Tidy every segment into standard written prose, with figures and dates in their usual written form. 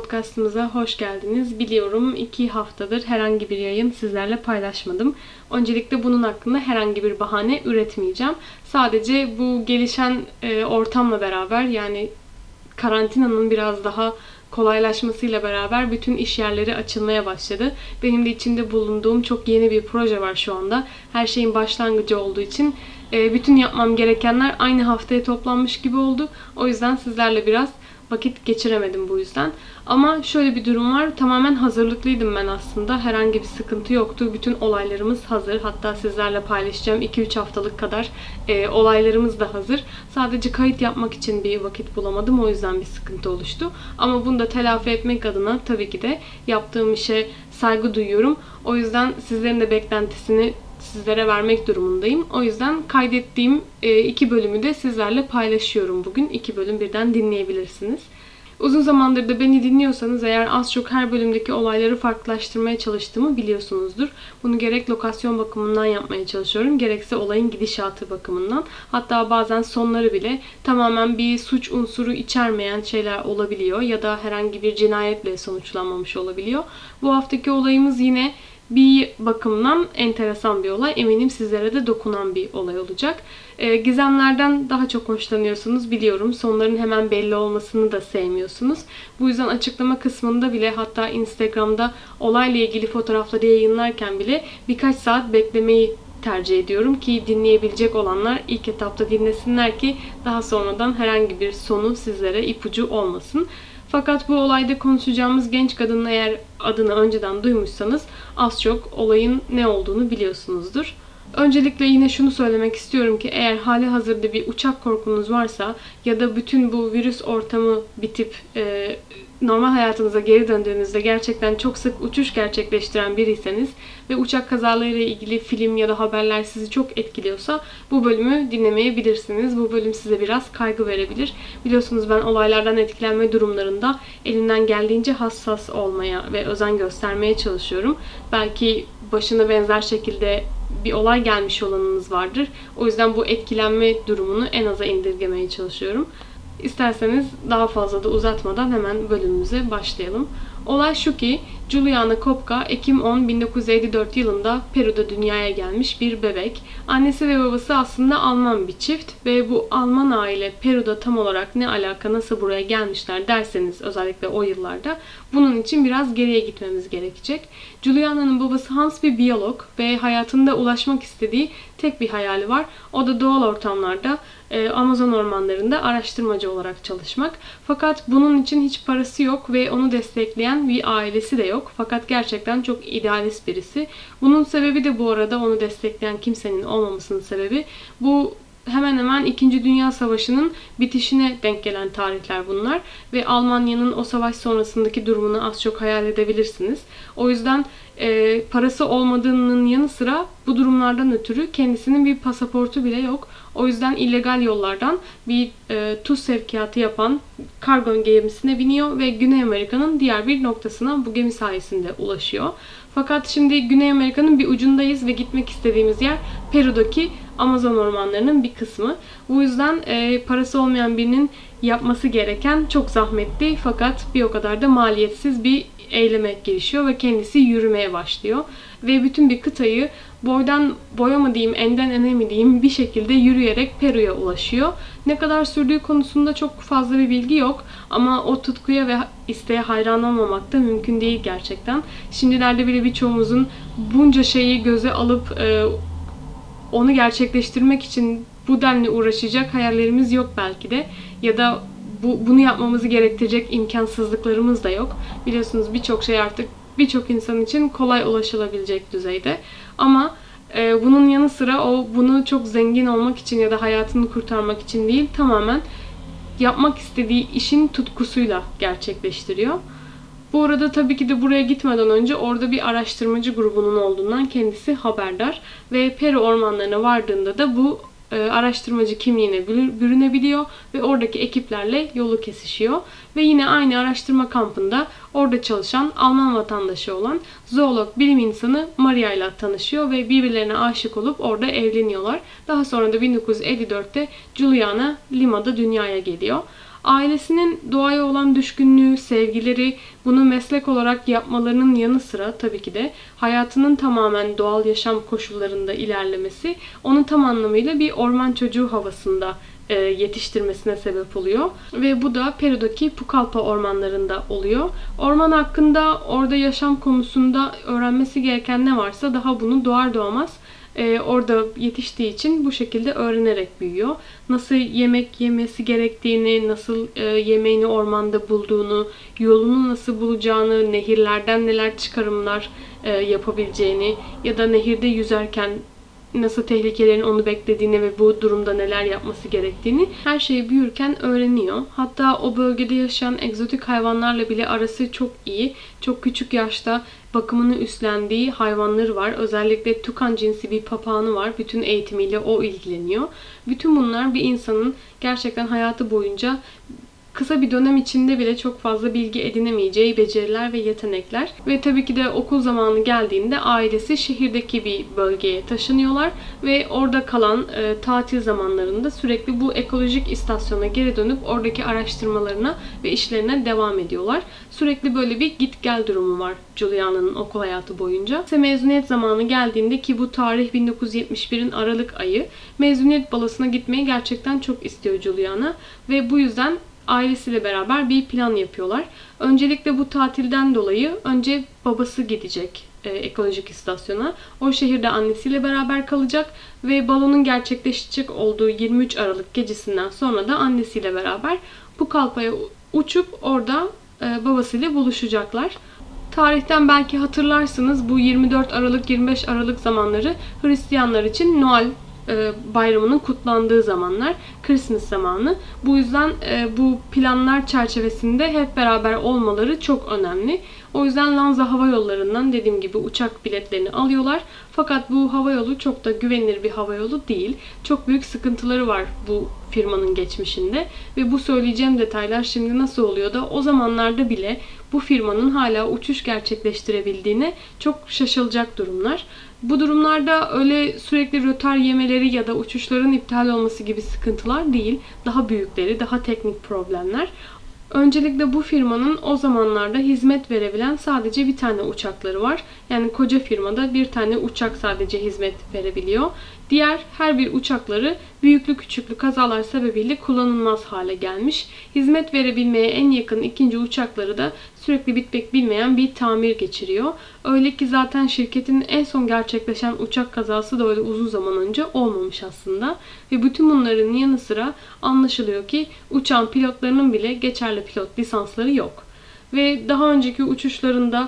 podcastımıza hoş geldiniz. Biliyorum 2 haftadır herhangi bir yayın sizlerle paylaşmadım. Öncelikle bunun hakkında herhangi bir bahane üretmeyeceğim. Sadece bu gelişen ortamla beraber, yani karantinanın biraz daha kolaylaşmasıyla beraber bütün iş yerleri açılmaya başladı. Benim de içinde bulunduğum çok yeni bir proje var şu anda. Her şeyin başlangıcı olduğu için bütün yapmam gerekenler aynı haftaya toplanmış gibi oldu. O yüzden sizlerle biraz vakit geçiremedim bu yüzden. Ama şöyle bir durum var. Tamamen hazırlıklıydım ben aslında. Herhangi bir sıkıntı yoktu. Bütün olaylarımız hazır. Hatta sizlerle paylaşacağım 2-3 haftalık kadar olaylarımız da hazır. Sadece kayıt yapmak için bir vakit bulamadım. O yüzden bir sıkıntı oluştu. Ama bunu da telafi etmek adına tabii ki de yaptığım işe saygı duyuyorum. O yüzden sizlerin de beklentisini sizlere vermek durumundayım. O yüzden kaydettiğim 2 bölümü de sizlerle paylaşıyorum bugün. 2 bölüm birden dinleyebilirsiniz. Uzun zamandır da beni dinliyorsanız eğer az çok her bölümdeki olayları farklılaştırmaya çalıştığımı biliyorsunuzdur. Bunu gerek lokasyon bakımından yapmaya çalışıyorum, gerekse olayın gidişatı bakımından. Hatta bazen sonları bile tamamen bir suç unsuru içermeyen şeyler olabiliyor ya da herhangi bir cinayetle sonuçlanmamış olabiliyor. Bu haftaki olayımız yine bir bakımdan enteresan bir olay. Eminim sizlere de dokunan bir olay olacak. Gizemlerden daha çok hoşlanıyorsunuz biliyorum. Sonların hemen belli olmasını da sevmiyorsunuz. Bu yüzden açıklama kısmında bile, hatta Instagram'da olayla ilgili fotoğrafları yayınlarken bile birkaç saat beklemeyi tercih ediyorum ki dinleyebilecek olanlar ilk etapta dinlesinler ki daha sonradan herhangi bir sonu sizlere ipucu olmasın. Fakat bu olayda konuşacağımız genç kadının eğer adını önceden duymuşsanız az çok olayın ne olduğunu biliyorsunuzdur. Öncelikle yine şunu söylemek istiyorum ki eğer hali hazırda bir uçak korkunuz varsa ya da bütün bu virüs ortamı bitip normal hayatınıza geri döndüğünüzde gerçekten çok sık uçuş gerçekleştiren biriyseniz ve uçak kazalarıyla ilgili film ya da haberler sizi çok etkiliyorsa bu bölümü dinlemeyebilirsiniz. Bu bölüm size biraz kaygı verebilir. Biliyorsunuz ben olaylardan etkilenme durumlarında elimden geldiğince hassas olmaya ve özen göstermeye çalışıyorum. Belki başına benzer şekilde bir olay gelmiş olanınız vardır. O yüzden bu etkilenme durumunu en aza indirgemeye çalışıyorum. İsterseniz daha fazla da uzatmadan hemen bölümümüze başlayalım. Olay şu ki, Juliana Kopka Ekim 10, 1954 yılında Peru'da dünyaya gelmiş bir bebek. Annesi ve babası aslında Alman bir çift ve bu Alman aile Peru'da tam olarak ne alaka, nasıl buraya gelmişler derseniz özellikle o yıllarda bunun için biraz geriye gitmemiz gerekecek. Juliana'nın babası Hans bir biyolog ve hayatında ulaşmak istediği tek bir hayali var. O da doğal ortamlarda Amazon ormanlarında araştırmacı olarak çalışmak. Fakat bunun için hiç parası yok ve onu destekleyen bir ailesi de yok. Fakat gerçekten çok idealist birisi. Bunun sebebi de bu arada onu destekleyen kimsenin olmamasının sebebi bu hemen hemen 2. Dünya Savaşı'nın bitişine denk gelen tarihler bunlar. Ve Almanya'nın o savaş sonrasındaki durumunu az çok hayal edebilirsiniz. O yüzden parası olmadığının yanı sıra bu durumlardan ötürü kendisinin bir pasaportu bile yok. O yüzden illegal yollardan bir tuz sevkiyatı yapan kargo gemisine biniyor ve Güney Amerika'nın diğer bir noktasına bu gemi sayesinde ulaşıyor. Fakat şimdi Güney Amerika'nın bir ucundayız ve gitmek istediğimiz yer Peru'daki Amazon ormanlarının bir kısmı. Bu yüzden parası olmayan birinin yapması gereken çok zahmetli fakat bir o kadar da maliyetsiz bir eyleme girişiyor ve kendisi yürümeye başlıyor. Ve bütün bir kıtayı boydan boya mı diyeyim, enden ene mi diyeyim bir şekilde yürüyerek Peru'ya ulaşıyor. Ne kadar sürdüğü konusunda çok fazla bir bilgi yok ama o tutkuya ve isteğe hayran olmamak da mümkün değil gerçekten. Şimdilerde bile birçoğumuzun bunca şeyi göze alıp onu gerçekleştirmek için bu denli uğraşacak hayallerimiz yok belki de ya da bunu yapmamızı gerektirecek imkansızlıklarımız da yok. Biliyorsunuz birçok şey artık birçok insan için kolay ulaşılabilecek düzeyde. Ama bunun yanı sıra o bunu çok zengin olmak için ya da hayatını kurtarmak için değil, tamamen yapmak istediği işin tutkusuyla gerçekleştiriyor. Bu arada tabii ki de buraya gitmeden önce orada bir araştırmacı grubunun olduğundan kendisi haberdar ve Peru ormanlarına vardığında da bu araştırmacı kimliğine bürünebiliyor ve oradaki ekiplerle yolu kesişiyor. Ve yine aynı araştırma kampında orada çalışan Alman vatandaşı olan zoolog bilim insanı Maria ile tanışıyor ve birbirlerine aşık olup orada evleniyorlar. Daha sonra da 1954'te Juliana Lima'da dünyaya geliyor. Ailesinin doğaya olan düşkünlüğü, sevgileri, bunu meslek olarak yapmalarının yanı sıra tabii ki de hayatının tamamen doğal yaşam koşullarında ilerlemesi onu tam anlamıyla bir orman çocuğu havasında yetiştirmesine sebep oluyor. Ve bu da Peru'daki Pucallpa ormanlarında oluyor. Orman hakkında, orada yaşam konusunda öğrenmesi gereken ne varsa daha bunu doğar doğmaz orada yetiştiği için bu şekilde öğrenerek büyüyor. Nasıl yemek yemesi gerektiğini, nasıl yemeğini ormanda bulduğunu, yolunu nasıl bulacağını, nehirlerden neler çıkarımlar yapabileceğini ya da nehirde yüzerken nasıl tehlikelerin onu beklediğini ve bu durumda neler yapması gerektiğini her şeyi büyürken öğreniyor. Hatta o bölgede yaşayan egzotik hayvanlarla bile arası çok iyi. Çok küçük yaşta bakımını üstlendiği hayvanları var. Özellikle tukan cinsi bir papağanı var. Bütün eğitimiyle o ilgileniyor. Bütün bunlar bir insanın gerçekten hayatı boyunca kısa bir dönem içinde bile çok fazla bilgi edinemeyeceği beceriler ve yetenekler. Ve tabii ki de okul zamanı geldiğinde ailesi şehirdeki bir bölgeye taşınıyorlar ve orada kalan tatil zamanlarında sürekli bu ekolojik istasyona geri dönüp oradaki araştırmalarına ve işlerine devam ediyorlar. Sürekli böyle bir git gel durumu var Juliana'nın okul hayatı boyunca. İşte mezuniyet zamanı geldiğinde, ki bu tarih 1971'in Aralık ayı, mezuniyet balosuna gitmeyi gerçekten çok istiyor Juliana ve bu yüzden ailesiyle beraber bir plan yapıyorlar. Öncelikle bu tatilden dolayı önce babası gidecek ekolojik istasyona. O şehirde annesiyle beraber kalacak ve balonun gerçekleşecek olduğu 23 Aralık gecesinden sonra da annesiyle beraber Pucallpa'ya uçup orada babasıyla buluşacaklar. Tarihten belki hatırlarsınız, bu 24 Aralık 25 Aralık zamanları Hristiyanlar için Noel bayramının kutlandığı zamanlar, Christmas zamanı. Bu yüzden bu planlar çerçevesinde hep beraber olmaları çok önemli. O yüzden Lanza Hava Yolları'ndan dediğim gibi uçak biletlerini alıyorlar. Fakat bu havayolu çok da güvenilir bir havayolu değil. Çok büyük sıkıntıları var bu firmanın geçmişinde. Ve bu söyleyeceğim detaylar şimdi nasıl oluyor da o zamanlarda bile bu firmanın hala uçuş gerçekleştirebildiğine çok şaşılacak durumlar. Bu durumlarda öyle sürekli rötar yemeleri ya da uçuşların iptal olması gibi sıkıntılar değil. Daha büyükleri, daha teknik problemler. Öncelikle bu firmanın o zamanlarda hizmet verebilen sadece bir tane uçakları var. Yani koca firmada bir tane uçak sadece hizmet verebiliyor. Diğer her bir uçakları büyüklü küçüklü kazalar sebebiyle kullanılmaz hale gelmiş. Hizmet verebilmeye en yakın ikinci uçakları da sürekli bitmek bilmeyen bir tamir geçiriyor. Öyle ki zaten şirketin en son gerçekleşen uçak kazası da öyle uzun zaman önce olmamış aslında. Ve bütün bunların yanı sıra anlaşılıyor ki uçağın pilotlarının bile geçerli pilot lisansları yok. Ve daha önceki uçuşlarında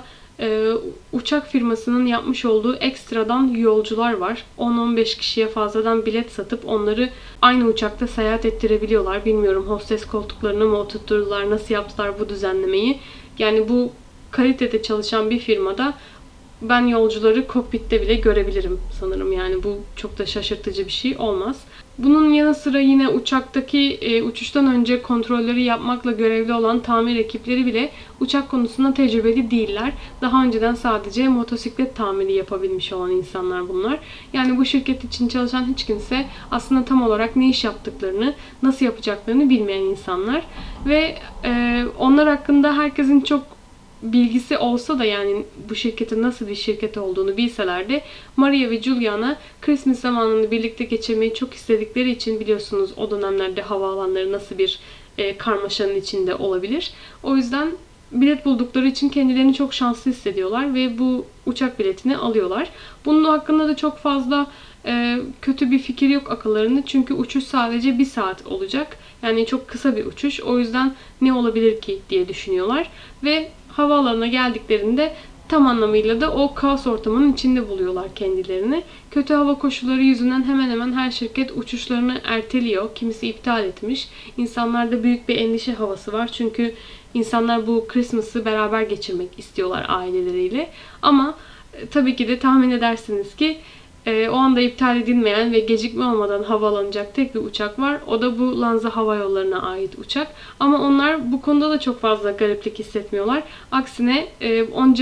uçak firmasının yapmış olduğu ekstradan yolcular var. 10-15 kişiye fazladan bilet satıp onları aynı uçakta seyahat ettirebiliyorlar. Bilmiyorum, hostes koltuklarına mı oturtturdular, nasıl yaptılar bu düzenlemeyi. Yani bu kalitede çalışan bir firmada ben yolcuları kokpitte bile görebilirim sanırım. Yani bu çok da şaşırtıcı bir şey olmaz. Bunun yanı sıra yine uçaktaki uçuştan önce kontrolleri yapmakla görevli olan tamir ekipleri bile uçak konusunda tecrübeli değiller. Daha önceden sadece motosiklet tamiri yapabilmiş olan insanlar bunlar. Yani bu şirket için çalışan hiç kimse aslında tam olarak ne iş yaptıklarını, nasıl yapacaklarını bilmeyen insanlar. Ve onlar hakkında herkesin çok bilgisi olsa da, yani bu şirketin nasıl bir şirket olduğunu bilseler de Maria ve Juliana Christmas zamanını birlikte geçirmeyi çok istedikleri için, biliyorsunuz o dönemlerde havaalanları nasıl bir karmaşanın içinde olabilir. O yüzden bilet buldukları için kendilerini çok şanslı hissediyorlar ve bu uçak biletini alıyorlar. Bunun hakkında da çok fazla kötü bir fikir yok akıllarında. Çünkü uçuş sadece 1 saat olacak. Yani çok kısa bir uçuş. O yüzden ne olabilir ki diye düşünüyorlar. Ve havaalanına geldiklerinde tam anlamıyla da o kaos ortamının içinde buluyorlar kendilerini. Kötü hava koşulları yüzünden hemen hemen her şirket uçuşlarını erteliyor. Kimisi iptal etmiş. İnsanlarda büyük bir endişe havası var. Çünkü insanlar bu Christmas'ı beraber geçirmek istiyorlar aileleriyle. Ama tabii ki de tahmin edersiniz ki o anda iptal edilmeyen ve gecikme olmadan havalanacak tek bir uçak var. O da bu Lanza Hava Yolları'na ait uçak. Ama onlar bu konuda da çok fazla gariplik hissetmiyorlar. Aksine onca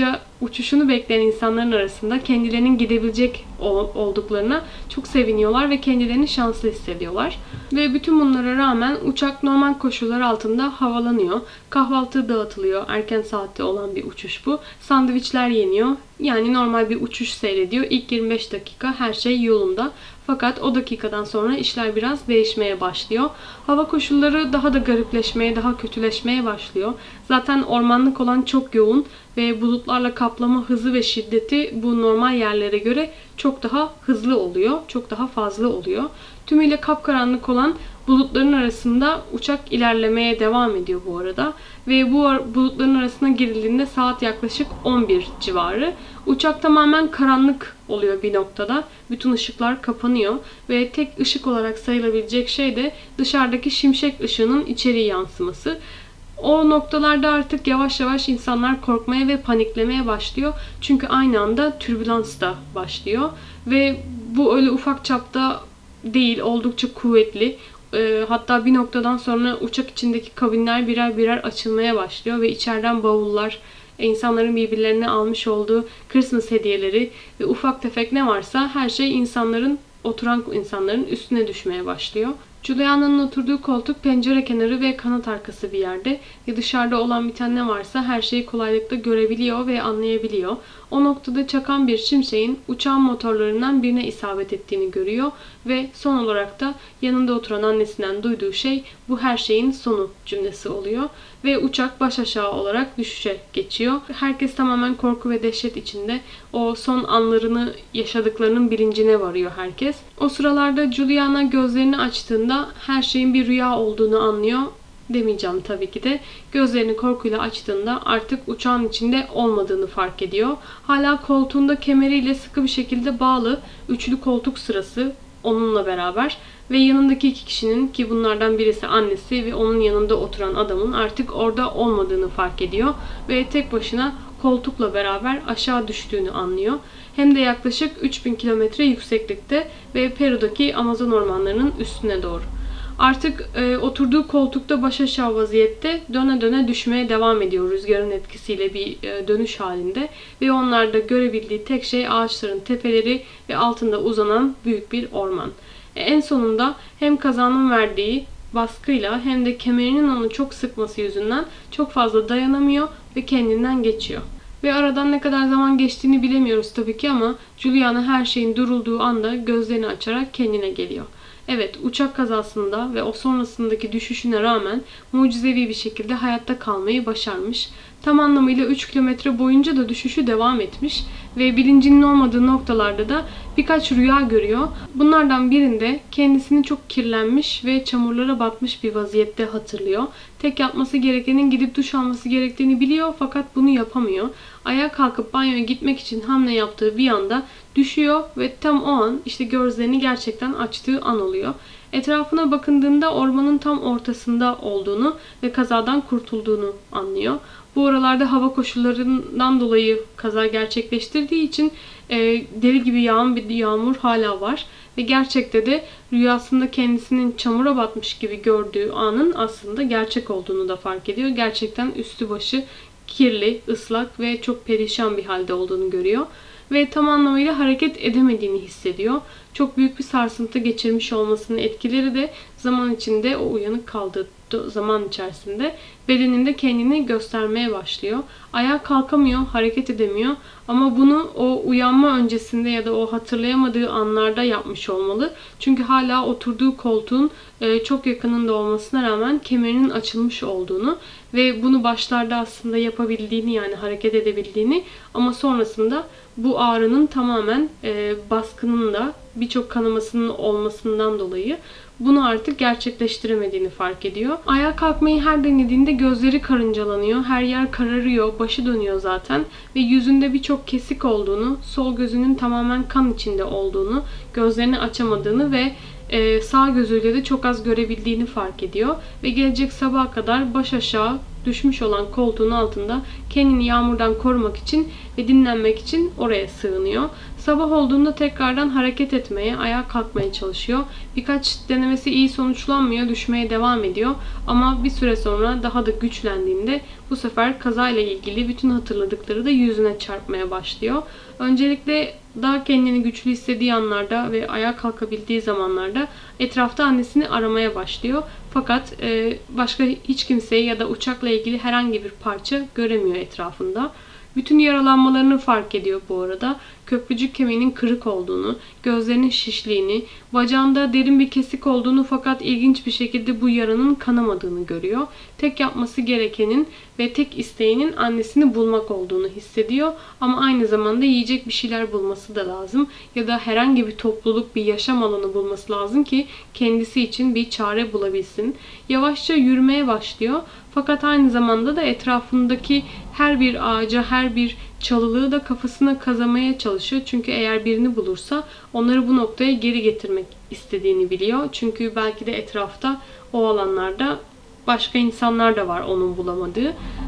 uçuşunu bekleyen insanların arasında kendilerinin gidebilecek olduklarına çok seviniyorlar ve kendilerini şanslı hissediyorlar. Ve bütün bunlara rağmen uçak normal koşullar altında havalanıyor. Kahvaltı dağıtılıyor. Erken saatte olan bir uçuş bu. Sandviçler yeniyor. Yani normal bir uçuş seyrediyor. İlk 25 dakika her şey yolunda. Fakat o dakikadan sonra işler biraz değişmeye başlıyor. Hava koşulları daha da garipleşmeye, daha kötüleşmeye başlıyor. Zaten ormanlık olan çok yoğun ve bulutlarla kaplama hızı ve şiddeti bu normal yerlere göre çok daha hızlı oluyor. Çok daha fazla oluyor. Tümüyle kapkaranlık olan bulutların arasında uçak ilerlemeye devam ediyor bu arada. Ve bu bulutların arasına girildiğinde saat yaklaşık 11 civarı. Uçak tamamen karanlık oluyor bir noktada. Bütün ışıklar kapanıyor ve tek ışık olarak sayılabilecek şey de dışarıdaki şimşek ışığının içeriye yansıması. O noktalarda artık yavaş yavaş insanlar korkmaya ve paniklemeye başlıyor. Çünkü aynı anda türbülans da başlıyor. Ve bu öyle ufak çapta değil, oldukça kuvvetli. Hatta bir noktadan sonra uçak içindeki kabinler birer birer açılmaya başlıyor ve içeriden bavullar, insanların birbirlerine almış olduğu Christmas hediyeleri ve ufak tefek ne varsa her şey oturan insanların üstüne düşmeye başlıyor. Juliana'nın oturduğu koltuk pencere kenarı ve kanat arkası bir yerde ve dışarıda olan biten ne varsa her şeyi kolaylıkla görebiliyor ve anlayabiliyor. O noktada çakan bir şimşeğin uçağın motorlarından birine isabet ettiğini görüyor ve son olarak da yanında oturan annesinden duyduğu şey bu her şeyin sonu cümlesi oluyor ve uçak baş aşağı olarak düşüşe geçiyor. Herkes tamamen korku ve dehşet içinde o son anlarını yaşadıklarının bilincine varıyor herkes. O sıralarda Juliana gözlerini açtığında her şeyin bir rüya olduğunu anlıyor. Demeyeceğim tabii ki de. Gözlerini korkuyla açtığında artık uçağın içinde olmadığını fark ediyor. Hala koltuğunda kemeriyle sıkı bir şekilde bağlı üçlü koltuk sırası onunla beraber ve yanındaki iki kişinin, ki bunlardan birisi annesi ve onun yanında oturan adamın artık orada olmadığını fark ediyor ve tek başına koltukla beraber aşağı düştüğünü anlıyor. Hem de yaklaşık 3000 kilometre yükseklikte ve Peru'daki Amazon ormanlarının üstüne doğru. Artık oturduğu koltukta baş aşağı vaziyette döne döne düşmeye devam ediyor rüzgarın etkisiyle bir dönüş halinde ve onlarda görebildiği tek şey ağaçların tepeleri ve altında uzanan büyük bir orman. En sonunda hem kazanın verdiği baskıyla hem de kemerinin onu çok sıkması yüzünden çok fazla dayanamıyor ve kendinden geçiyor. Ve aradan ne kadar zaman geçtiğini bilemiyoruz tabii ki ama Juliana her şeyin durulduğu anda gözlerini açarak kendine geliyor. Evet, uçak kazasında ve o sonrasındaki düşüşüne rağmen mucizevi bir şekilde hayatta kalmayı başarmış. Tam anlamıyla 3 kilometre boyunca da düşüşü devam etmiş ve bilincinin olmadığı noktalarda da birkaç rüya görüyor. Bunlardan birinde kendisini çok kirlenmiş ve çamurlara batmış bir vaziyette hatırlıyor. Tek yapması gerekenin gidip duş alması gerektiğini biliyor fakat bunu yapamıyor. Ayağa kalkıp banyoya gitmek için hamle yaptığı bir anda düşüyor ve tam o an işte gözlerini gerçekten açtığı an oluyor. Etrafına bakındığında ormanın tam ortasında olduğunu ve kazadan kurtulduğunu anlıyor. Bu aralarda hava koşullarından dolayı kaza gerçekleştirdiği için deli gibi yağan bir yağmur hala var. Ve gerçekte de rüyasında kendisinin çamura batmış gibi gördüğü anın aslında gerçek olduğunu da fark ediyor. Gerçekten üstü başı kirli, ıslak ve çok perişan bir halde olduğunu görüyor. Ve tam anlamıyla hareket edemediğini hissediyor. Çok büyük bir sarsıntı geçirmiş olmasının etkileri de zaman içinde o uyanık kaldığı zaman içerisinde bedeninde kendini göstermeye başlıyor. Ayağa kalkamıyor, hareket edemiyor ama bunu o uyanma öncesinde ya da o hatırlayamadığı anlarda yapmış olmalı. Çünkü hala oturduğu koltuğun çok yakınında olmasına rağmen kemerinin açılmış olduğunu ve bunu başlarda aslında yapabildiğini, yani hareket edebildiğini ama sonrasında bu ağrının tamamen baskının da birçok kanamasının olmasından dolayı bunu artık gerçekleştiremediğini fark ediyor. Ayağa kalkmayı her denediğinde gözleri karıncalanıyor, her yer kararıyor, başı dönüyor zaten ve yüzünde birçok kesik olduğunu, sol gözünün tamamen kan içinde olduğunu, gözlerini açamadığını ve sağ gözüyle de çok az görebildiğini fark ediyor ve gelecek sabaha kadar baş aşağı düşmüş olan koltuğun altında kendini yağmurdan korumak için ve dinlenmek için oraya sığınıyor. Sabah olduğunda tekrardan hareket etmeye, ayağa kalkmaya çalışıyor. Birkaç denemesi iyi sonuçlanmıyor, düşmeye devam ediyor. Ama bir süre sonra daha da güçlendiğinde bu sefer kazayla ilgili bütün hatırladıkları da yüzüne çarpmaya başlıyor. Öncelikle daha kendini güçlü hissettiği anlarda ve ayağa kalkabildiği zamanlarda etrafta annesini aramaya başlıyor. Fakat başka hiç kimseyi ya da uçakla ilgili herhangi bir parça göremiyor etrafında. Bütün yaralanmalarını fark ediyor bu arada. Köprücük kemiğinin kırık olduğunu, gözlerinin şişliğini, bacağında derin bir kesik olduğunu fakat ilginç bir şekilde bu yaranın kanamadığını görüyor. Tek yapması gerekenin ve tek isteğinin annesini bulmak olduğunu hissediyor. Ama aynı zamanda yiyecek bir şeyler bulması da lazım. Ya da herhangi bir topluluk, bir yaşam alanı bulması lazım ki kendisi için bir çare bulabilsin. Yavaşça yürümeye başlıyor. Fakat aynı zamanda da etrafındaki her bir ağaca, her bir çalılığı da kafasına kazamaya çalışıyor. Çünkü eğer birini bulursa onları bu noktaya geri getirmek istediğini biliyor. Çünkü belki de etrafta o alanlarda başka insanlar da var onun bulamadığı.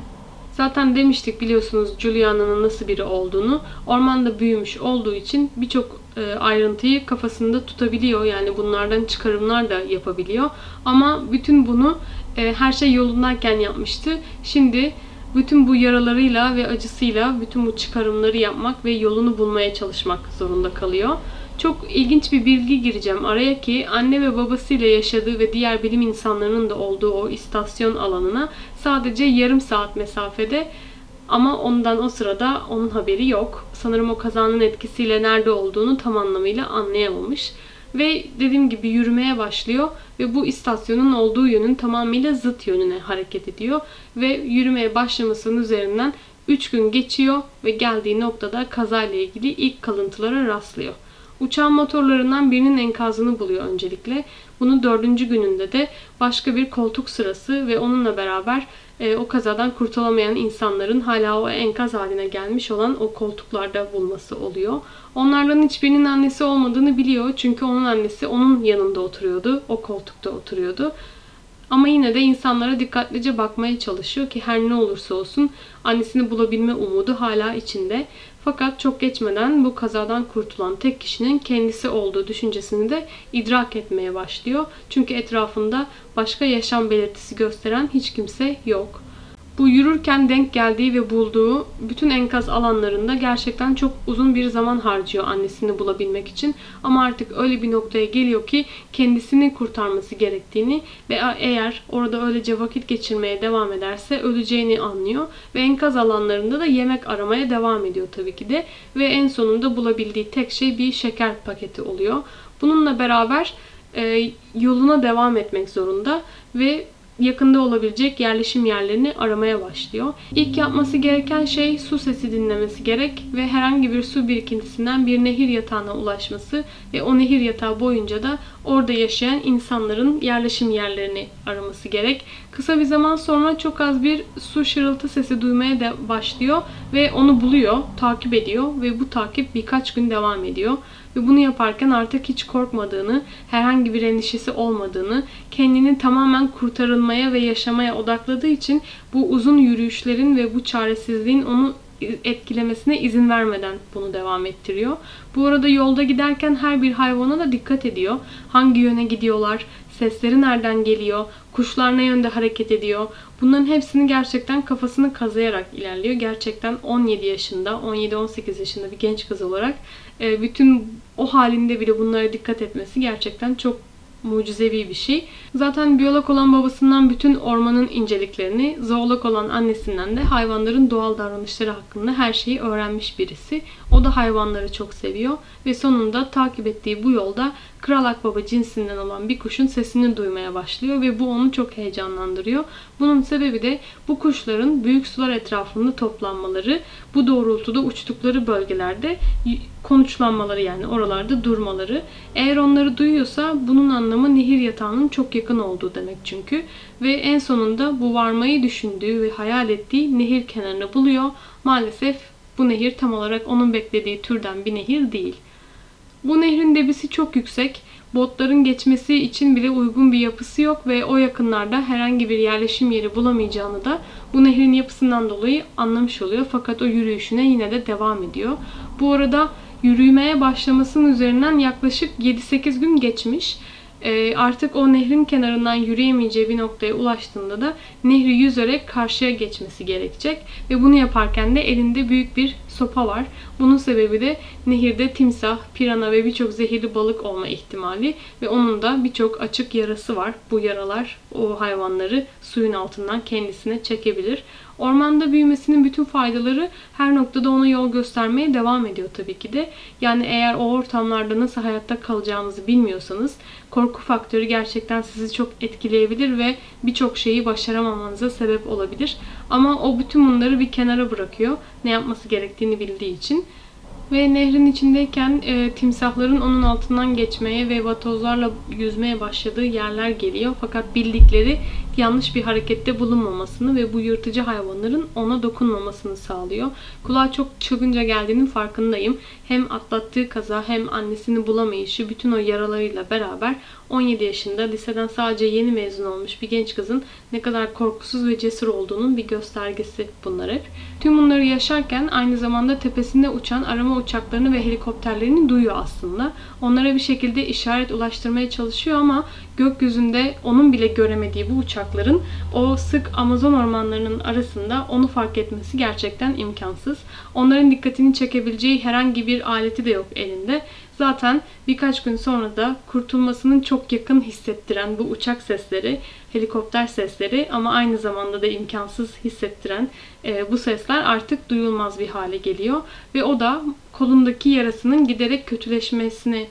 Zaten demiştik biliyorsunuz Juliana'nın nasıl biri olduğunu. Ormanda büyümüş olduğu için birçok ayrıntıyı kafasında tutabiliyor. Yani bunlardan çıkarımlar da yapabiliyor. Ama bütün bunu her şey yolundayken yapmıştı. Şimdi bütün bu yaralarıyla ve acısıyla bütün bu çıkarımları yapmak ve yolunu bulmaya çalışmak zorunda kalıyor. Çok ilginç bir bilgi gireceğim araya ki anne ve babasıyla yaşadığı ve diğer bilim insanlarının da olduğu o istasyon alanına sadece yarım saat mesafede ama ondan o sırada onun haberi yok. Sanırım o kazanın etkisiyle nerede olduğunu tam anlamıyla anlayamamış. Ve dediğim gibi yürümeye başlıyor ve bu istasyonun olduğu yönün tamamıyla zıt yönüne hareket ediyor. Ve yürümeye başlamasının üzerinden 3 gün geçiyor ve geldiği noktada kazayla ilgili ilk kalıntılara rastlıyor. Uçağın motorlarından birinin enkazını buluyor öncelikle. Bunun 4. gününde de başka bir koltuk sırası ve onunla beraber o kazadan kurtulamayan insanların hala o enkaz haline gelmiş olan o koltuklarda bulması oluyor. Onlardan hiçbirinin annesi olmadığını biliyor. Çünkü onun annesi onun yanında oturuyordu. O koltukta oturuyordu. Ama yine de insanlara dikkatlice bakmaya çalışıyor ki her ne olursa olsun annesini bulabilme umudu hala içinde. Fakat çok geçmeden bu kazadan kurtulan tek kişinin kendisi olduğu düşüncesini de idrak etmeye başlıyor. Çünkü etrafında başka yaşam belirtisi gösteren hiç kimse yok. Bu yürürken denk geldiği ve bulduğu bütün enkaz alanlarında gerçekten çok uzun bir zaman harcıyor annesini bulabilmek için. Ama artık öyle bir noktaya geliyor ki kendisini kurtarması gerektiğini ve eğer orada öylece vakit geçirmeye devam ederse öleceğini anlıyor. Ve enkaz alanlarında da yemek aramaya devam ediyor tabii ki de. Ve en sonunda bulabildiği tek şey bir şeker paketi oluyor. Bununla beraber yoluna devam etmek zorunda ve yakında olabilecek yerleşim yerlerini aramaya başlıyor. İlk yapması gereken şey su sesi dinlemesi gerek ve herhangi bir su birikintisinden bir nehir yatağına ulaşması ve o nehir yatağı boyunca da orada yaşayan insanların yerleşim yerlerini araması gerek. Kısa bir zaman sonra çok az bir su şırıltı sesi duymaya da başlıyor ve onu buluyor, takip ediyor ve bu takip birkaç gün devam ediyor. Ve bunu yaparken artık hiç korkmadığını, herhangi bir endişesi olmadığını, kendini tamamen kurtarılmaya ve yaşamaya odakladığı için bu uzun yürüyüşlerin ve bu çaresizliğin onu etkilemesine izin vermeden bunu devam ettiriyor. Bu arada yolda giderken her bir hayvana da dikkat ediyor. Hangi yöne gidiyorlar, sesleri nereden geliyor, kuşlar ne yönde hareket ediyor. Bunların hepsini gerçekten kafasını kazıyarak ilerliyor. Gerçekten 17 yaşında, 17-18 yaşında bir genç kız olarak bütün o halinde bile bunlara dikkat etmesi gerçekten çok mucizevi bir şey. Zaten biyolog olan babasından bütün ormanın inceliklerini, zoolog olan annesinden de hayvanların doğal davranışları hakkında her şeyi öğrenmiş birisi. O da hayvanları çok seviyor ve sonunda takip ettiği bu yolda kral akbaba cinsinden olan bir kuşun sesini duymaya başlıyor ve bu onu çok heyecanlandırıyor. Bunun sebebi de bu kuşların büyük sular etrafında toplanmaları, bu doğrultuda uçtukları bölgelerde konuşlanmaları, yani oralarda durmaları. Eğer onları duyuyorsa bunun anlamı nehir yatağının çok yakın olduğu demek çünkü. Ve en sonunda bu varmayı düşündüğü ve hayal ettiği nehir kenarını buluyor. Maalesef bu nehir tam olarak onun beklediği türden bir nehir değil. Bu nehrin debisi çok yüksek. Botların geçmesi için bile uygun bir yapısı yok ve o yakınlarda herhangi bir yerleşim yeri bulamayacağını da bu nehrin yapısından dolayı anlamış oluyor. Fakat o yürüyüşüne yine de devam ediyor. Bu arada yürümeye başlamasının üzerinden yaklaşık 7-8 gün geçmiş. Artık o nehrin kenarından yürüyemeyeceği bir noktaya ulaştığında da nehri yüzerek karşıya geçmesi gerekecek. Ve bunu yaparken de elinde büyük bir sopa var. Bunun sebebi de nehirde timsah, pirana ve birçok zehirli balık olma ihtimali ve onun da birçok açık yarası var. Bu yaralar o hayvanları suyun altından kendisine çekebilir. Ormanda büyümesinin bütün faydaları her noktada ona yol göstermeye devam ediyor tabii ki de. Yani eğer o ortamlarda nasıl hayatta kalacağınızı bilmiyorsanız korku faktörü gerçekten sizi çok etkileyebilir ve birçok şeyi başaramamanıza sebep olabilir. Ama o bütün bunları bir kenara bırakıyor. Ne yapması gerektiğini bildiği için. Ve nehrin içindeyken timsahların onun altından geçmeye ve vatozlarla yüzmeye başladığı yerler geliyor. Fakat bildikleri yanlış bir harekette bulunmamasını ve bu yırtıcı hayvanların ona dokunmamasını sağlıyor. Kulağa çok çılgınca geldiğinin farkındayım. Hem atlattığı kaza hem annesini bulamayışı bütün o yaralarıyla beraber 17 yaşında liseden sadece yeni mezun olmuş bir genç kızın ne kadar korkusuz ve cesur olduğunun bir göstergesi bunlar hep. Tüm bunları yaşarken aynı zamanda tepesinde uçan arama uçaklarını ve helikopterlerini duyuyor aslında. Onlara bir şekilde işaret ulaştırmaya çalışıyor ama gökyüzünde onun bile göremediği bu uçakların o sık Amazon ormanlarının arasında onu fark etmesi gerçekten imkansız. Onların dikkatini çekebileceği herhangi bir aleti de yok elinde. Zaten birkaç gün sonra da kurtulmasının çok yakın hissettiren bu uçak sesleri, helikopter sesleri ama aynı zamanda da imkansız hissettiren bu sesler artık duyulmaz bir hale geliyor. Ve o da kolundaki yarasının giderek kötüleşmesine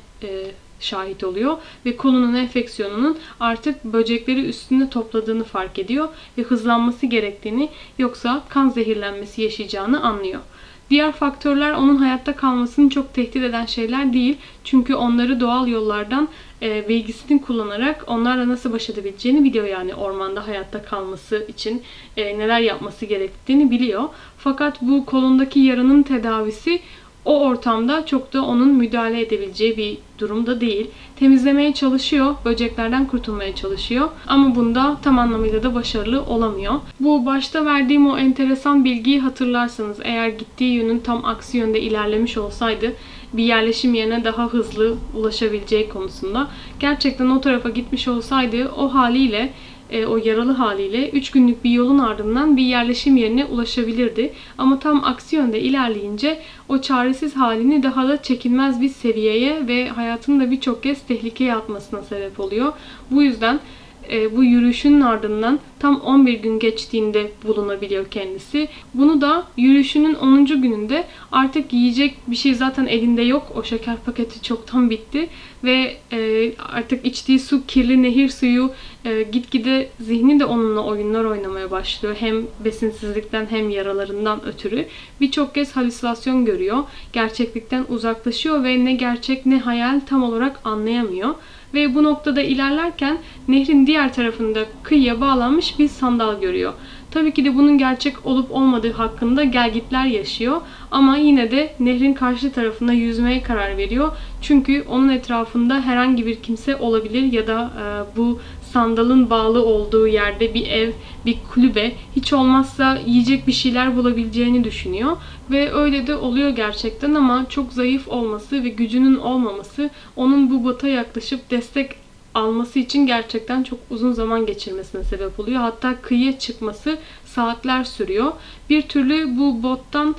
şahit oluyor ve kolunun enfeksiyonunun artık böcekleri üstünde topladığını fark ediyor ve hızlanması gerektiğini yoksa kan zehirlenmesi yaşayacağını anlıyor. Diğer faktörler onun hayatta kalmasını çok tehdit eden şeyler değil. Çünkü onları doğal yollardan bilgisini kullanarak onlarla nasıl baş edebileceğini biliyor. Yani ormanda hayatta kalması için neler yapması gerektiğini biliyor. Fakat bu kolundaki yaranın tedavisi o ortamda çok da onun müdahale edebileceği bir durumda değil. Temizlemeye çalışıyor, böceklerden kurtulmaya çalışıyor ama bunda tam anlamıyla da başarılı olamıyor. Bu başta verdiğim o enteresan bilgiyi hatırlarsanız eğer gittiği yönün tam aksi yönde ilerlemiş olsaydı bir yerleşim yerine daha hızlı ulaşabileceği konusunda gerçekten o tarafa gitmiş olsaydı o haliyle o yaralı haliyle 3 günlük bir yolun ardından bir yerleşim yerine ulaşabilirdi. Ama tam aksi yönde ilerleyince o çaresiz halini daha da çekilmez bir seviyeye ve hayatını da birçok kez tehlikeye atmasına sebep oluyor. Bu yüzden bu yürüyüşünün ardından tam 11 gün geçtiğinde bulunabiliyor kendisi. Bunu da yürüyüşünün 10. gününde artık yiyecek bir şey zaten elinde yok. O şeker paketi çoktan bitti ve artık içtiği su kirli nehir suyu, gitgide zihni de onunla oyunlar oynamaya başlıyor. Hem besinsizlikten hem yaralarından ötürü. Birçok kez halüsinasyon görüyor. Gerçeklikten uzaklaşıyor ve ne gerçek ne hayal tam olarak anlayamıyor. Ve bu noktada ilerlerken nehrin diğer tarafında kıyıya bağlanmış bir sandal görüyor. Tabii ki de bunun gerçek olup olmadığı hakkında gelgitler yaşıyor. Ama yine de nehrin karşı tarafına yüzmeye karar veriyor. Çünkü onun etrafında herhangi bir kimse olabilir ya da bu sandalın bağlı olduğu yerde bir ev, bir kulübe, hiç olmazsa yiyecek bir şeyler bulabileceğini düşünüyor. Ve öyle de oluyor gerçekten ama çok zayıf olması ve gücünün olmaması onun bu bota yaklaşıp destek alması için gerçekten çok uzun zaman geçirmesine sebep oluyor. Hatta kıyıya çıkması saatler sürüyor. Bir türlü bu bottan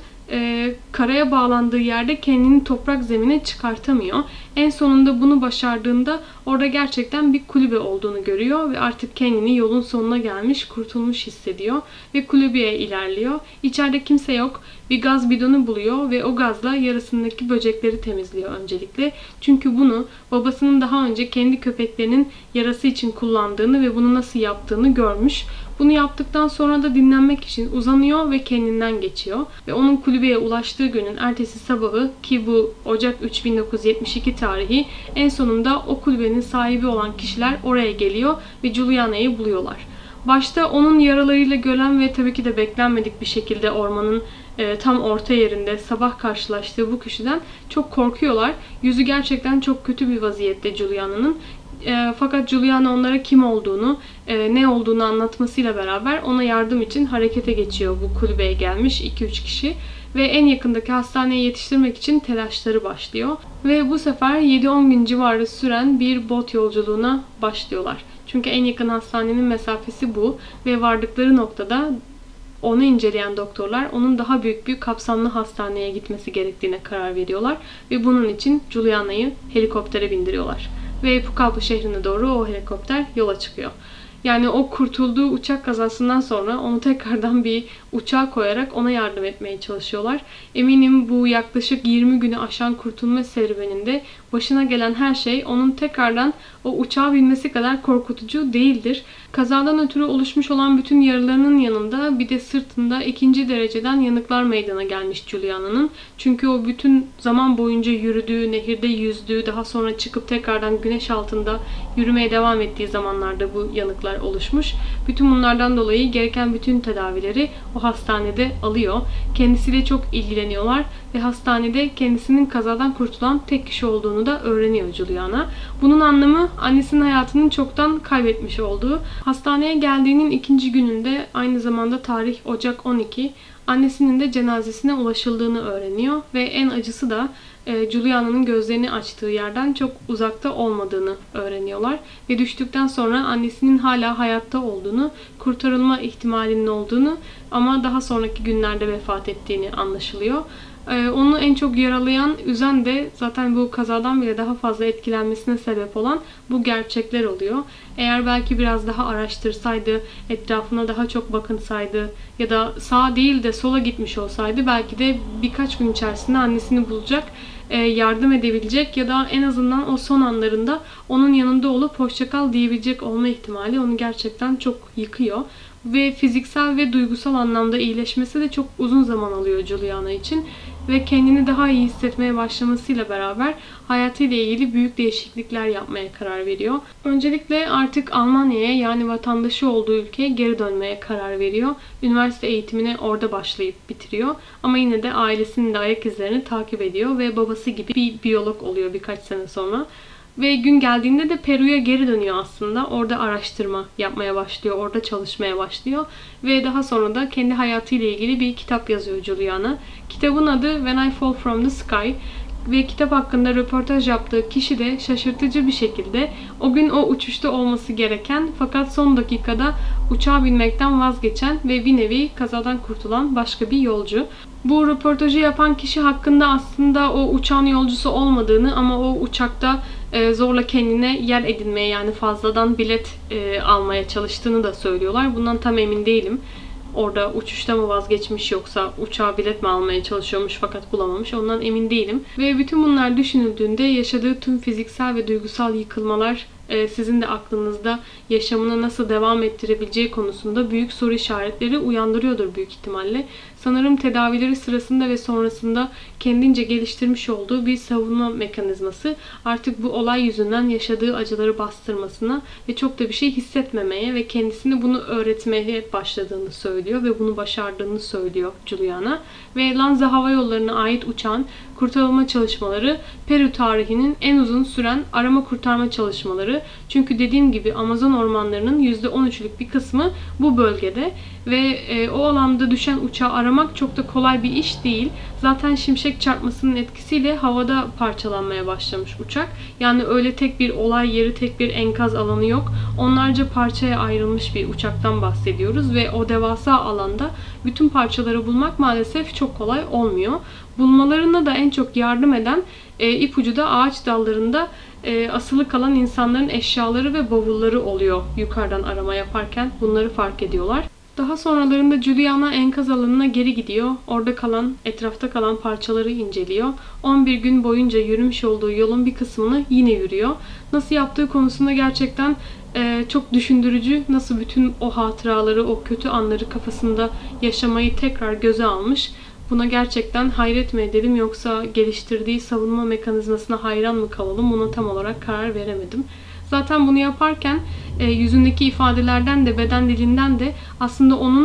karaya bağlandığı yerde kendini toprak zemine çıkartamıyor. En sonunda bunu başardığında orada gerçekten bir kulübe olduğunu görüyor ve artık kendini yolun sonuna gelmiş, kurtulmuş hissediyor ve kulübeye ilerliyor. İçeride kimse yok. Bir gaz bidonu buluyor ve o gazla yarasındaki böcekleri temizliyor öncelikle. Çünkü bunu babasının daha önce kendi köpeklerinin yarası için kullandığını ve bunu nasıl yaptığını görmüş. Bunu yaptıktan sonra da dinlenmek için uzanıyor ve kendinden geçiyor. Ve onun kulübeye ulaştığı günün ertesi sabahı ki bu Ocak 3 1972 tarihi en sonunda o kulübenin sahibi olan kişiler oraya geliyor ve Juliana'yı buluyorlar. Başta onun yaralarıyla gölen ve tabii ki de beklenmedik bir şekilde ormanın tam orta yerinde sabah karşılaştığı bu kişiden çok korkuyorlar. Yüzü gerçekten çok kötü bir vaziyette Juliana'nın. Fakat Juliana onlara kim olduğunu, ne olduğunu anlatmasıyla beraber ona yardım için harekete geçiyor bu kulübeye gelmiş 2-3 kişi. Ve en yakındaki hastaneye yetiştirmek için telaşları başlıyor. Ve bu sefer 7-10 gün civarı süren bir bot yolculuğuna başlıyorlar. Çünkü en yakın hastanenin mesafesi bu ve vardıkları noktada onu inceleyen doktorlar onun daha büyük bir kapsamlı hastaneye gitmesi gerektiğine karar veriyorlar. Ve bunun için Juliana'yı helikoptere bindiriyorlar. Ve Pucallpa şehrine doğru o helikopter yola çıkıyor. Yani o kurtulduğu uçak kazasından sonra onu tekrardan bir uçağa koyarak ona yardım etmeye çalışıyorlar. Eminim bu yaklaşık 20 günü aşan kurtulma serüveninde başına gelen her şey onun tekrardan o uçağa binmesi kadar korkutucu değildir. Kazadan ötürü oluşmuş olan bütün yaralarının yanında bir de sırtında 2. dereceden yanıklar meydana gelmiş Juliana'nın. Çünkü o bütün zaman boyunca yürüdüğü, nehirde yüzdüğü, daha sonra çıkıp tekrardan güneş altında yürümeye devam ettiği zamanlarda bu yanıklar oluşmuş. Bütün bunlardan dolayı gereken bütün tedavileri o hastanede alıyor. Kendisiyle çok ilgileniyorlar ve hastanede kendisinin kazadan kurtulan tek kişi olduğunu da öğreniyor Juliana. Bunun anlamı annesinin hayatını çoktan kaybetmiş olduğu. Hastaneye geldiğinin 2. gününde, aynı zamanda tarih Ocak 12, annesinin de cenazesine ulaşıldığını öğreniyor ve en acısı da Juliana'nın gözlerini açtığı yerden çok uzakta olmadığını öğreniyorlar. Ve düştükten sonra annesinin hala hayatta olduğunu, kurtarılma ihtimalinin olduğunu ama daha sonraki günlerde vefat ettiğini anlaşılıyor. Onu en çok yaralayan, üzen de zaten bu kazadan bile daha fazla etkilenmesine sebep olan bu gerçekler oluyor. Eğer belki biraz daha araştırsaydı, etrafına daha çok bakınsaydı ya da sağa değil de sola gitmiş olsaydı belki de birkaç gün içerisinde annesini bulacak, yardım edebilecek ya da en azından o son anlarında onun yanında olup hoşça kal diyebilecek olma ihtimali onu gerçekten çok yıkıyor. Ve fiziksel ve duygusal anlamda iyileşmesi de çok uzun zaman alıyor Juliana için. Ve kendini daha iyi hissetmeye başlamasıyla beraber hayatıyla ilgili büyük değişiklikler yapmaya karar veriyor. Öncelikle artık Almanya'ya, yani vatandaşı olduğu ülkeye geri dönmeye karar veriyor. Üniversite eğitimine orada başlayıp bitiriyor. Ama yine de ailesinin de ayak izlerini takip ediyor ve babası gibi bir biyolog oluyor birkaç sene sonra. Ve gün geldiğinde de Peru'ya geri dönüyor aslında. Orada araştırma yapmaya başlıyor, orada çalışmaya başlıyor. Ve daha sonra da kendi hayatıyla ilgili bir kitap yazıyor Juliana. Kitabın adı When I Fall From The Sky. Ve kitap hakkında röportaj yaptığı kişi de şaşırtıcı bir şekilde o gün o uçuşta olması gereken fakat son dakikada uçağa binmekten vazgeçen ve bir nevi kazadan kurtulan başka bir yolcu. Bu röportajı yapan kişi hakkında aslında o uçağın yolcusu olmadığını ama o uçakta zorla kendine yer edinmeye, yani fazladan bilet almaya çalıştığını da söylüyorlar. Bundan tam emin değilim. Orada uçuşta mı vazgeçmiş yoksa uçağa bilet mi almaya çalışıyormuş fakat bulamamış, ondan emin değilim. Ve bütün bunlar düşünüldüğünde yaşadığı tüm fiziksel ve duygusal yıkılmalar sizin de aklınızda yaşamını nasıl devam ettirebileceği konusunda büyük soru işaretleri uyandırıyordur büyük ihtimalle. Sanırım tedavileri sırasında ve sonrasında kendince geliştirmiş olduğu bir savunma mekanizması artık bu olay yüzünden yaşadığı acıları bastırmasına ve çok da bir şey hissetmemeye ve kendisine bunu öğretmeye başladığını söylüyor ve bunu başardığını söylüyor Juliana. Ve Lanza Hava Yolları'na ait uçağın kurtarılma çalışmaları Peru tarihinin en uzun süren arama kurtarma çalışmaları. Çünkü dediğim gibi Amazon ormanlarının %13'lük bir kısmı bu bölgede ve o alanda düşen uçağı aramak çok da kolay bir iş değil. Zaten şimşek çarpmasının etkisiyle havada parçalanmaya başlamış uçak. Yani öyle tek bir olay yeri, tek bir enkaz alanı yok. Onlarca parçaya ayrılmış bir uçaktan bahsediyoruz ve o devasa alanda bütün parçaları bulmak maalesef çok kolay olmuyor. Bulmalarına da en çok yardım eden ipucu da ağaç dallarında asılı kalan insanların eşyaları ve bavulları oluyor. Yukarıdan arama yaparken bunları fark ediyorlar. Daha sonralarında Juliana enkaz alanına geri gidiyor. Orada kalan, etrafta kalan parçaları inceliyor. 11 gün boyunca yürümüş olduğu yolun bir kısmını yine yürüyor. Nasıl yaptığı konusunda gerçekten çok düşündürücü. Nasıl bütün o hatıraları, o kötü anları kafasında yaşamayı tekrar göze almış. Buna gerçekten hayret mi edelim yoksa geliştirdiği savunma mekanizmasına hayran mı kalalım? Buna tam olarak karar veremedim. Zaten bunu yaparken yüzündeki ifadelerden de beden dilinden de aslında onun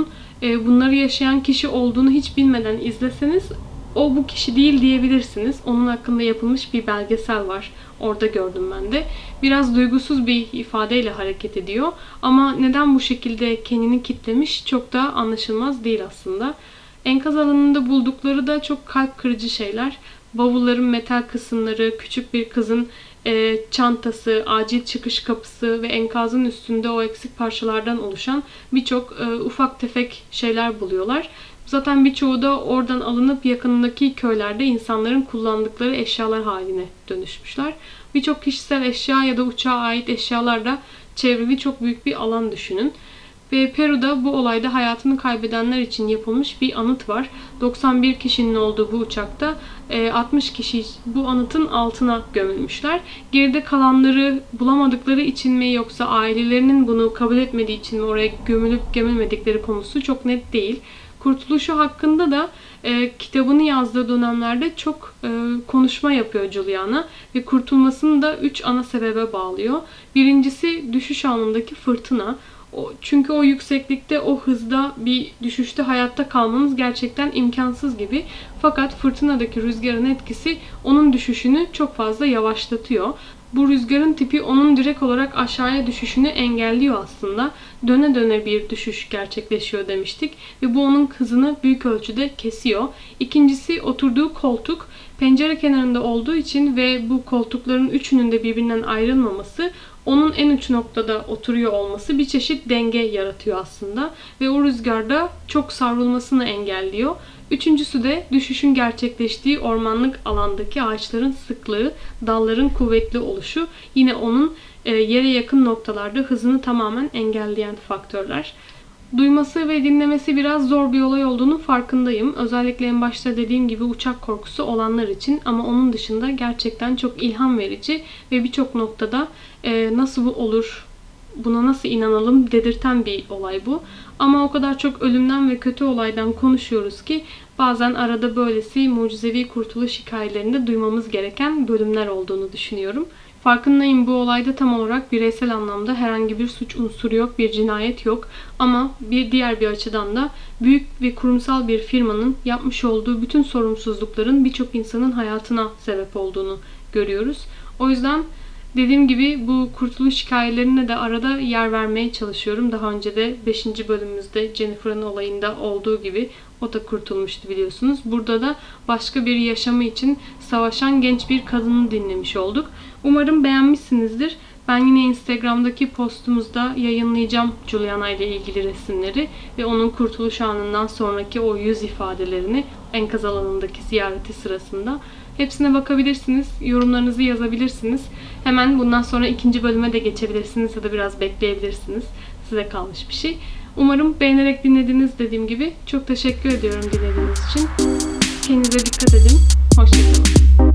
bunları yaşayan kişi olduğunu hiç bilmeden izleseniz o bu kişi değil diyebilirsiniz. Onun hakkında yapılmış bir belgesel var. Orada gördüm ben de. Biraz duygusuz bir ifadeyle hareket ediyor. Ama neden bu şekilde kendini kitlemiş çok da anlaşılmaz değil aslında. Enkaz alanında buldukları da çok kalp kırıcı şeyler. Bavulların metal kısımları, küçük bir kızın çantası, acil çıkış kapısı ve enkazın üstünde o eksik parçalardan oluşan birçok ufak tefek şeyler buluyorlar. Zaten birçoğu da oradan alınıp yakınındaki köylerde insanların kullandıkları eşyalar haline dönüşmüşler. Birçok kişisel eşya ya da uçağa ait eşyalar da çevrili çok büyük bir alan düşünün. Ve Peru'da bu olayda hayatını kaybedenler için yapılmış bir anıt var. 91 kişinin olduğu bu uçakta 60 kişi bu anıtın altına gömülmüşler. Geride kalanları bulamadıkları için mi yoksa ailelerinin bunu kabul etmediği için mi oraya gömülüp gömülmedikleri konusu çok net değil. Kurtuluşu hakkında da kitabını yazdığı dönemlerde çok konuşma yapıyor Juliana ve kurtulmasını da 3 ana sebebe bağlıyor. Birincisi düşüş anındaki fırtına. Çünkü o yükseklikte, o hızda bir düşüşte hayatta kalmanız gerçekten imkansız gibi. Fakat fırtınadaki rüzgarın etkisi onun düşüşünü çok fazla yavaşlatıyor. Bu rüzgarın tipi onun direkt olarak aşağıya düşüşünü engelliyor aslında. Döne döne bir düşüş gerçekleşiyor demiştik ve bu onun hızını büyük ölçüde kesiyor. İkincisi oturduğu koltuk pencere kenarında olduğu için ve bu koltukların üçünün de birbirinden ayrılmaması, onun en uç noktada oturuyor olması bir çeşit denge yaratıyor aslında ve o rüzgarda çok savrulmasını engelliyor. Üçüncüsü de düşüşün gerçekleştiği ormanlık alandaki ağaçların sıklığı, dalların kuvvetli oluşu yine onun yere yakın noktalarda hızını tamamen engelleyen faktörler. Duyması ve dinlemesi biraz zor bir olay olduğunu farkındayım. Özellikle en başta dediğim gibi uçak korkusu olanlar için, ama onun dışında gerçekten çok ilham verici ve birçok noktada nasıl bu olur, buna nasıl inanalım dedirten bir olay bu. Ama o kadar çok ölümden ve kötü olaydan konuşuyoruz ki bazen arada böylesi mucizevi kurtuluş hikayelerinde duymamız gereken bölümler olduğunu düşünüyorum. Farkındayım, bu olayda tam olarak bireysel anlamda herhangi bir suç unsuru yok, bir cinayet yok. Ama diğer bir açıdan da büyük ve kurumsal bir firmanın yapmış olduğu bütün sorumsuzlukların birçok insanın hayatına sebep olduğunu görüyoruz. O yüzden dediğim gibi bu kurtuluş hikayelerine de arada yer vermeye çalışıyorum. Daha önce de 5. bölümümüzde Jennifer'ın olayında olduğu gibi o da kurtulmuştu biliyorsunuz. Burada da başka bir yaşamı için savaşan genç bir kadını dinlemiş olduk. Umarım beğenmişsinizdir. Ben yine Instagram'daki postumuzda yayınlayacağım Juliana ile ilgili resimleri ve onun kurtuluş anından sonraki o yüz ifadelerini enkaz alanındaki ziyareti sırasında. Hepsine bakabilirsiniz, yorumlarınızı yazabilirsiniz. Hemen bundan sonra 2. bölüme de geçebilirsiniz ya da biraz bekleyebilirsiniz. Size kalmış bir şey. Umarım beğenerek dinlediniz dediğim gibi. Çok teşekkür ediyorum dinlediğiniz için. Kendinize dikkat edin. Hoşçakalın.